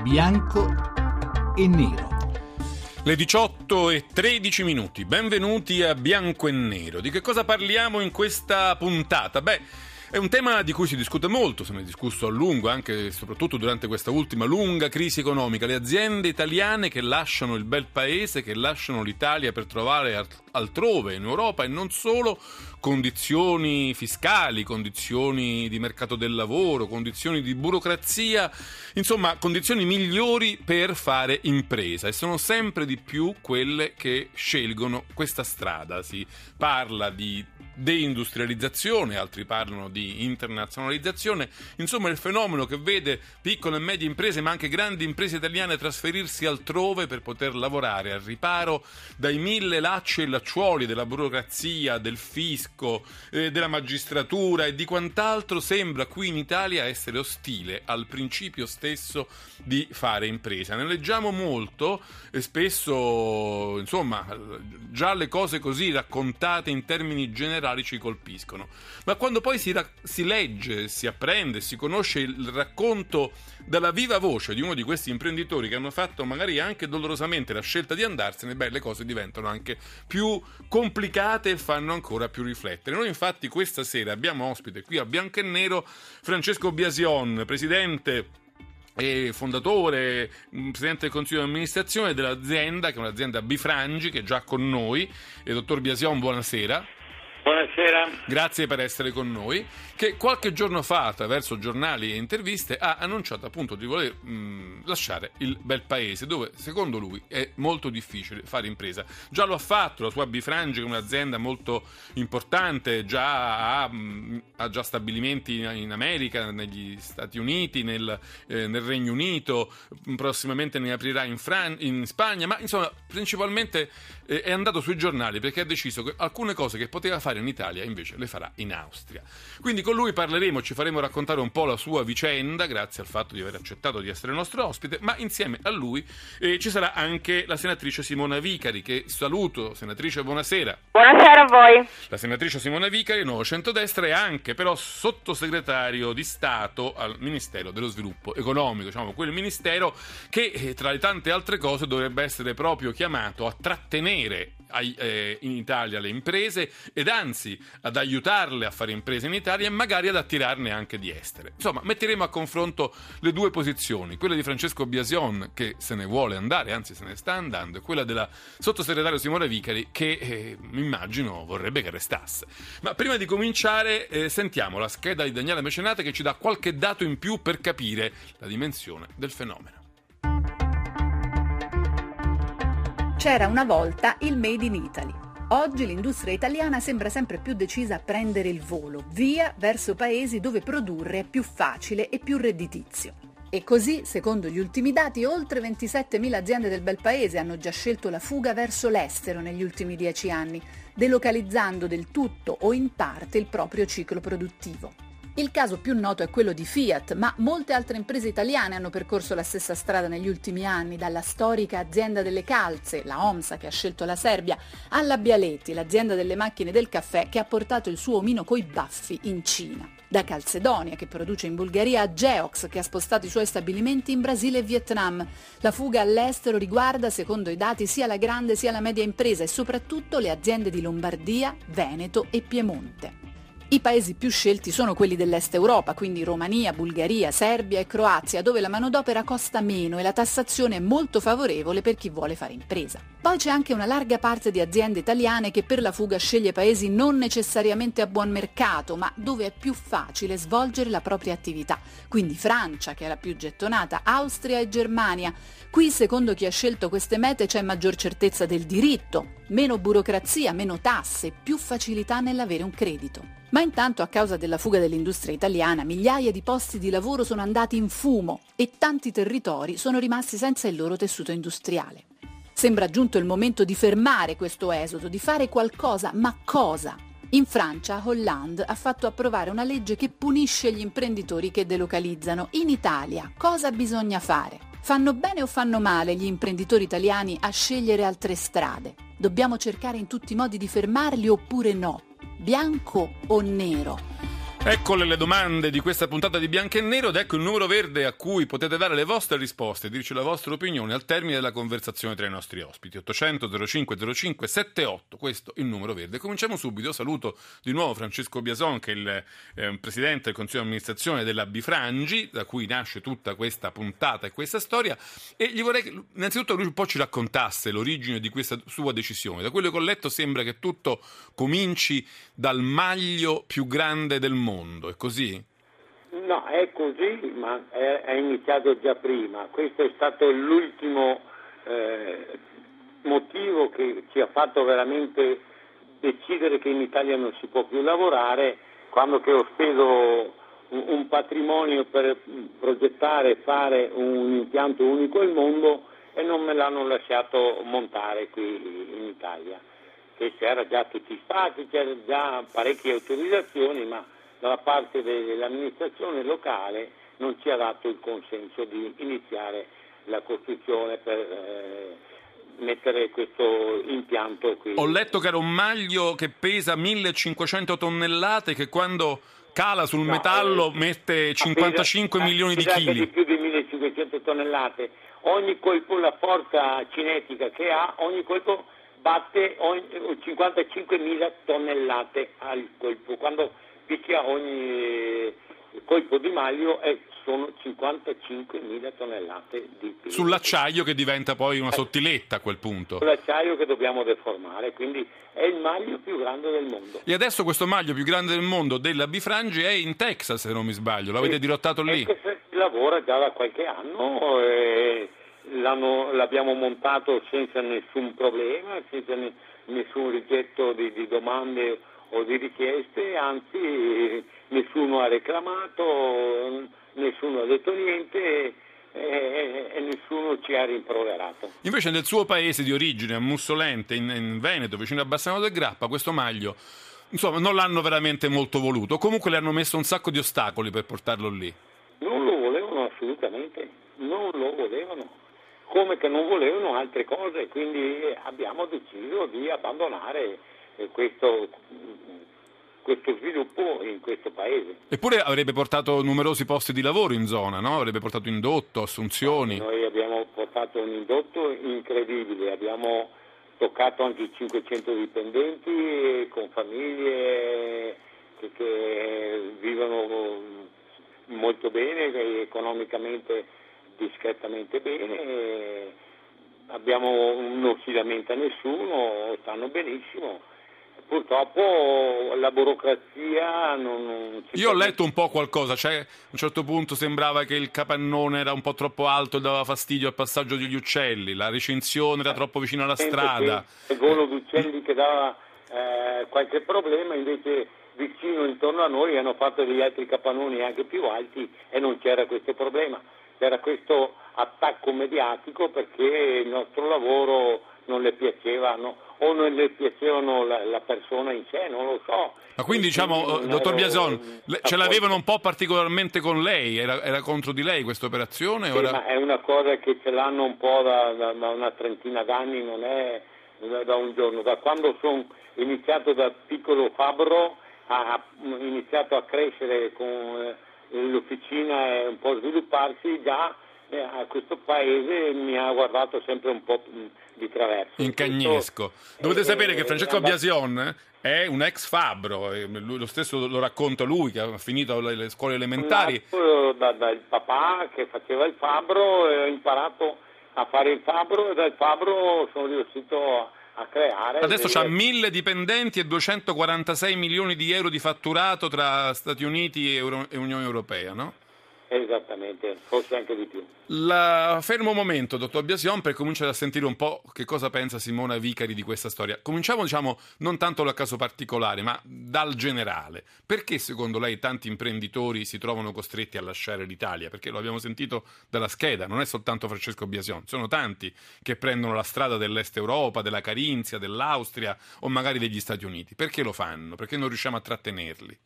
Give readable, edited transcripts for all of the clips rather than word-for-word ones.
Bianco e nero. Le 18:13. Benvenuti a Bianco e Nero. Di che cosa parliamo in questa puntata? È un tema di cui si discute molto, se ne è discusso a lungo, anche e soprattutto durante questa ultima lunga crisi economica. Le aziende italiane che lasciano il bel paese, che lasciano l'Italia per trovare altrove in Europa e non solo condizioni fiscali, condizioni di mercato del lavoro, condizioni di burocrazia, insomma condizioni migliori per fare impresa, e sono sempre di più quelle che scelgono questa strada. Si parla di deindustrializzazione, altri parlano di internazionalizzazione, insomma il fenomeno che vede piccole e medie imprese ma anche grandi imprese italiane trasferirsi altrove per poter lavorare al riparo dai 1000 lacci e lacciuoli della burocrazia, del fisco, della magistratura e di quant'altro, sembra qui in Italia essere ostile al principio stesso di fare impresa. Ne leggiamo molto e spesso, insomma, già le cose così raccontate in termini generali ci colpiscono, ma quando poi si legge, si apprende, si conosce il racconto dalla viva voce di uno di questi imprenditori che hanno fatto magari anche dolorosamente la scelta di andarsene, le cose diventano anche più complicate e fanno ancora più riflettere. Noi infatti questa sera abbiamo ospite qui a Bianco e Nero Francesco Biasion, presidente e fondatore, presidente del consiglio di amministrazione dell'azienda, che è un'azienda Bifrangi, che è già con noi. E dottor Biasion, buonasera. Buonasera. Grazie per essere con noi. Che qualche giorno fa, attraverso giornali e interviste, ha annunciato appunto di voler lasciare il bel paese, dove secondo lui è molto difficile fare impresa. Già lo ha fatto, la sua Bifrangi, che è un'azienda molto importante, ha già stabilimenti in America, negli Stati Uniti, nel Regno Unito, prossimamente ne aprirà in Spagna, ma insomma principalmente è andato sui giornali perché ha deciso che alcune cose che poteva fare in Italia invece le farà in Austria. Quindi con lui parleremo, ci faremo raccontare un po' la sua vicenda, grazie al fatto di aver accettato di essere nostro ospite, ma insieme a lui ci sarà anche la senatrice Simona Vicari, che saluto. Senatrice, buonasera. Buonasera a voi. La senatrice Simona Vicari, Nuovo Centrodestra, è anche però sottosegretario di Stato al Ministero dello Sviluppo Economico, diciamo quel ministero che tra le tante altre cose dovrebbe essere proprio chiamato a trattenere in Italia le imprese ed anzi ad aiutarle a fare imprese in Italia e magari ad attirarne anche di estere. Insomma, metteremo a confronto le due posizioni, quella di Francesco Biasion, che se ne vuole andare, anzi se ne sta andando, e quella della sottosegretario Simona Vicari, che immagino vorrebbe che restasse. Ma prima di cominciare sentiamo la scheda di Daniela Mecenate, che ci dà qualche dato in più per capire la dimensione del fenomeno. C'era una volta il Made in Italy. Oggi l'industria italiana sembra sempre più decisa a prendere il volo, via verso paesi dove produrre è più facile e più redditizio. E così, secondo gli ultimi dati, oltre 27.000 aziende del bel paese hanno già scelto la fuga verso l'estero negli ultimi 10 anni, delocalizzando del tutto o in parte il proprio ciclo produttivo. Il caso più noto è quello di Fiat, ma molte altre imprese italiane hanno percorso la stessa strada negli ultimi anni, dalla storica azienda delle calze, la Omsa, che ha scelto la Serbia, alla Bialetti, l'azienda delle macchine del caffè, che ha portato il suo omino coi baffi in Cina. Da Calzedonia, che produce in Bulgaria, a Geox, che ha spostato i suoi stabilimenti in Brasile e Vietnam. La fuga all'estero riguarda, secondo i dati, sia la grande sia la media impresa e soprattutto le aziende di Lombardia, Veneto e Piemonte. I paesi più scelti sono quelli dell'Est Europa, quindi Romania, Bulgaria, Serbia e Croazia, dove la manodopera costa meno e la tassazione è molto favorevole per chi vuole fare impresa. Poi c'è anche una larga parte di aziende italiane che per la fuga sceglie paesi non necessariamente a buon mercato, ma dove è più facile svolgere la propria attività. Quindi Francia, che è la più gettonata, Austria e Germania. Qui, secondo chi ha scelto queste mete, c'è maggior certezza del diritto, meno burocrazia, meno tasse, più facilità nell'avere un credito. Ma intanto, a causa della fuga dell'industria italiana, migliaia di posti di lavoro sono andati in fumo e tanti territori sono rimasti senza il loro tessuto industriale. Sembra giunto il momento di fermare questo esodo, di fare qualcosa, ma cosa? In Francia, Hollande ha fatto approvare una legge che punisce gli imprenditori che delocalizzano. In Italia, cosa bisogna fare? Fanno bene o fanno male gli imprenditori italiani a scegliere altre strade? Dobbiamo cercare in tutti i modi di fermarli oppure no? Bianco o nero? Eccole le domande di questa puntata di Bianco e Nero ed ecco il numero verde a cui potete dare le vostre risposte, dirci la vostra opinione al termine della conversazione tra i nostri ospiti. 800 05 05 78, questo è il numero verde. Cominciamo subito. Saluto di nuovo Francesco Biason, che è il presidente del consiglio di amministrazione della Bifrangi, da cui nasce tutta questa puntata e questa storia, e gli vorrei che innanzitutto lui un po' ci raccontasse l'origine di questa sua decisione. Da quello che ho letto sembra che tutto cominci dal maglio più grande del mondo. È così? No, è così, ma è iniziato già prima. Questo è stato l'ultimo motivo che ci ha fatto veramente decidere che in Italia non si può più lavorare, quando che ho speso un patrimonio per progettare e fare un impianto unico al mondo e non me l'hanno lasciato montare qui in Italia. Che c'era già tutti i stati, c'era già parecchie autorizzazioni, ma dalla parte dell'amministrazione locale non ci ha dato il consenso di iniziare la costruzione per mettere questo impianto qui. Ho letto che era un maglio che pesa 1500 tonnellate, che quando cala sul metallo mette 55 milioni di chili. Di più di 1500 tonnellate. Ogni colpo, la forza cinetica che ha, ogni colpo batte 55.000 tonnellate al colpo. Quando picchia ogni colpo di maglio sono 55.000 tonnellate di peso. Sull'acciaio che diventa poi una sottiletta a quel punto. Sull'acciaio che dobbiamo deformare, quindi è il maglio più grande del mondo. E adesso questo maglio più grande del mondo della Bifrangi è in Texas, se non mi sbaglio, l'avete dirottato lì? Si lavora già da qualche anno, l'abbiamo montato senza nessun problema, senza nessun rigetto di domande o di richieste, anzi nessuno ha reclamato, nessuno ha detto niente e nessuno ci ha rimproverato. Invece nel suo paese di origine, a Mussolente, in Veneto, vicino a Bassano del Grappa, questo maglio, insomma, non l'hanno veramente molto voluto, comunque le hanno messo un sacco di ostacoli per portarlo lì. Non lo volevano assolutamente, non lo volevano, come che non volevano altre cose, quindi abbiamo deciso di abbandonare questo sviluppo in questo paese. Eppure avrebbe portato numerosi posti di lavoro in zona, no? Avrebbe portato indotto, assunzioni. Noi abbiamo portato un indotto incredibile, abbiamo toccato anche i 500 dipendenti con famiglie che vivono molto bene, economicamente discretamente bene, non si lamenta nessuno, stanno benissimo. Purtroppo la burocrazia non ci Io ho letto un po' qualcosa, cioè a un certo punto sembrava che il capannone era un po' troppo alto e dava fastidio al passaggio degli uccelli, la recinzione era troppo vicino alla strada. Il volo d'uccelli che dava qualche problema, invece vicino intorno a noi hanno fatto degli altri capannoni anche più alti e non c'era questo problema. C'era questo attacco mediatico perché il nostro lavoro non le piacevano o non le piacevano la persona in sé, non lo so. Ma quindi diciamo, dottor Biason, ce l'avevano un po' particolarmente con lei? Era contro di lei questa operazione? Sì, ma è una cosa che ce l'hanno un po' da una trentina d'anni, non è da un giorno. Da quando sono iniziato da piccolo fabbro, ha iniziato a crescere con l'officina e un po' svilupparsi, già a questo paese mi ha guardato sempre un po' di traverso. In cagnesco. Dovete sapere che Francesco Biasion è un ex fabbro, lui, lo stesso lo racconta lui, che ha finito le scuole elementari. Dal papà che faceva il fabbro, ho imparato a fare il fabbro e dal fabbro sono riuscito a creare. Adesso c'ha 1000 dipendenti e 246 milioni di euro di fatturato tra Stati Uniti e Unione Europea, no? Esattamente, forse anche di più. Fermo un momento, dottor Biasion, per cominciare a sentire un po' che cosa pensa Simona Vicari di questa storia. Cominciamo, non tanto dal caso particolare, ma dal generale. Perché secondo lei tanti imprenditori si trovano costretti a lasciare l'Italia? Perché lo abbiamo sentito dalla scheda, non è soltanto Francesco Biasion, sono tanti che prendono la strada dell'Est Europa, della Carinzia, dell'Austria o magari degli Stati Uniti. Perché lo fanno? Perché non riusciamo a trattenerli?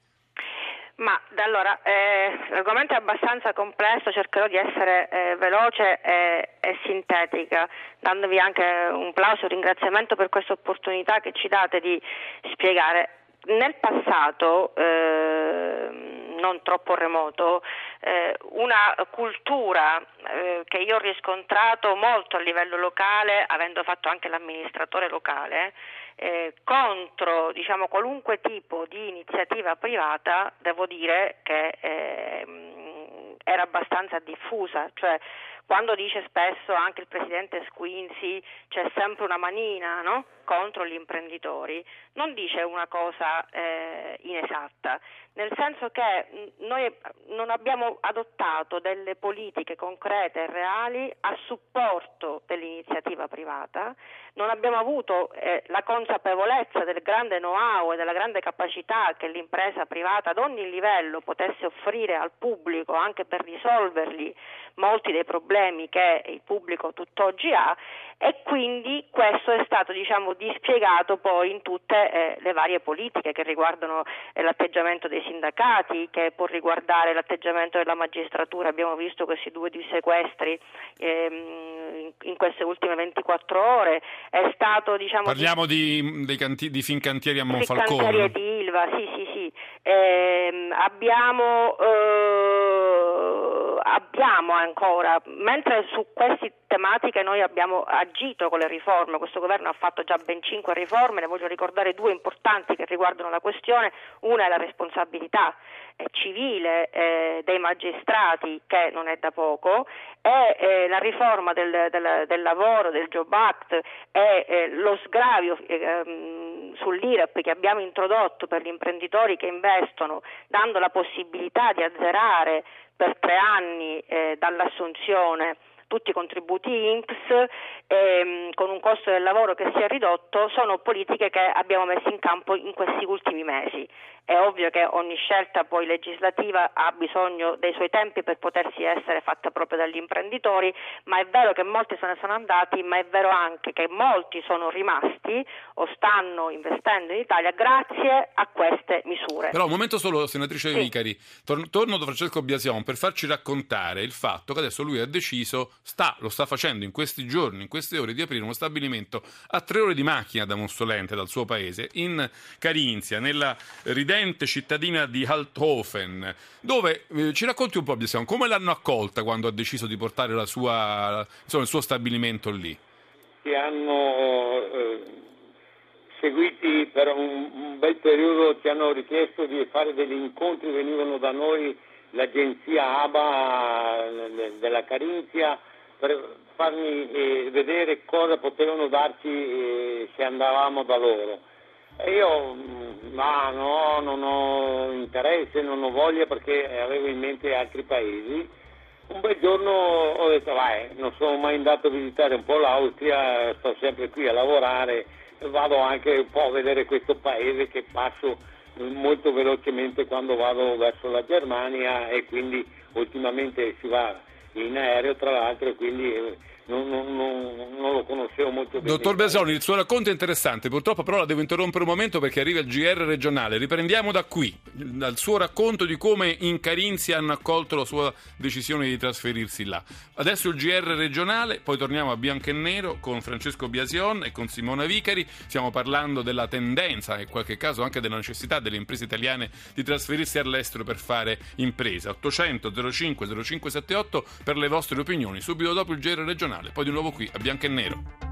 Ma allora, l'argomento è abbastanza complesso, cercherò di essere veloce e sintetica, dandovi anche un plauso e un ringraziamento per questa opportunità che ci date di spiegare. Nel passato non troppo remoto, una cultura che io ho riscontrato molto a livello locale, avendo fatto anche l'amministratore locale, contro qualunque tipo di iniziativa privata. Devo dire che era abbastanza diffusa, cioè quando dice spesso anche il presidente Squinzi c'è sempre una manina, no? Contro gli imprenditori, non dice una cosa inesatta, nel senso che noi non abbiamo adottato delle politiche concrete e reali a supporto dell'iniziativa privata, non abbiamo avuto la consapevolezza del grande know-how e della grande capacità che l'impresa privata ad ogni livello potesse offrire al pubblico anche per risolvergli molti dei problemi che il pubblico tutt'oggi ha, e quindi questo è stato dispiegato poi in tutte le varie politiche che riguardano l'atteggiamento dei sindacati, che può riguardare l'atteggiamento della magistratura. Abbiamo visto questi 2 sequestri in queste ultime 24 ore. È stato parliamo di Fincantieri a Monfalcone. Fincantieri e di Ilva, sì. Abbiamo ancora, mentre su queste tematiche noi abbiamo agito con le riforme, questo governo ha fatto già ben 5 riforme, ne voglio ricordare 2 importanti che riguardano la questione. Una è la responsabilità civile dei magistrati, che non è da poco, e la riforma del lavoro, del Job Act, e lo sgravio sull'IRAP che abbiamo introdotto per gli imprenditori che investono, dando la possibilità di azzerare per 3 anni dall'assunzione tutti i contributi INPS, con un costo del lavoro che si è ridotto. Sono politiche che abbiamo messo in campo in questi ultimi mesi. È ovvio che ogni scelta poi legislativa ha bisogno dei suoi tempi per potersi essere fatta proprio dagli imprenditori, ma è vero che molti se ne sono andati, ma è vero anche che molti sono rimasti o stanno investendo in Italia grazie a queste misure. Però un momento solo, senatrice Vicari, torno da Francesco Biasion per farci raccontare il fatto che adesso lui ha deciso, lo sta facendo in questi giorni, in queste ore, di aprire uno stabilimento a 3 ore di macchina da Monsolente, dal suo paese, in Carinzia, nella ridente cittadina di Althofen, dove ci racconti un po', Biasion, come l'hanno accolta quando ha deciso di portare il suo stabilimento lì? Ci hanno seguiti per un bel periodo, ci hanno richiesto di fare degli incontri, venivano da noi l'agenzia ABA della Carinzia per farmi vedere cosa potevano darci se andavamo da loro. E io non ho interesse, non ho voglia, perché avevo in mente altri paesi. Un bel giorno ho detto non sono mai andato a visitare un po' l'Austria, sto sempre qui a lavorare, vado anche un po' a vedere questo paese che passo molto velocemente quando vado verso la Germania, e quindi ultimamente si va in aereo, tra l'altro, e quindi non lo conoscevo molto bene. Dottor Biasoni, il suo racconto è interessante, purtroppo però la devo interrompere un momento perché arriva il GR regionale. Riprendiamo da qui, dal suo racconto di come in Carinzia hanno accolto la sua decisione di trasferirsi là. Adesso il GR regionale, poi torniamo a Bianco e Nero con Francesco Biasion e con Simona Vicari. Stiamo parlando della tendenza e in qualche caso anche della necessità delle imprese italiane di trasferirsi all'estero per fare impresa. 800 05 0578 per le vostre opinioni, subito dopo il GR regionale. Poi di nuovo qui a Bianco e Nero.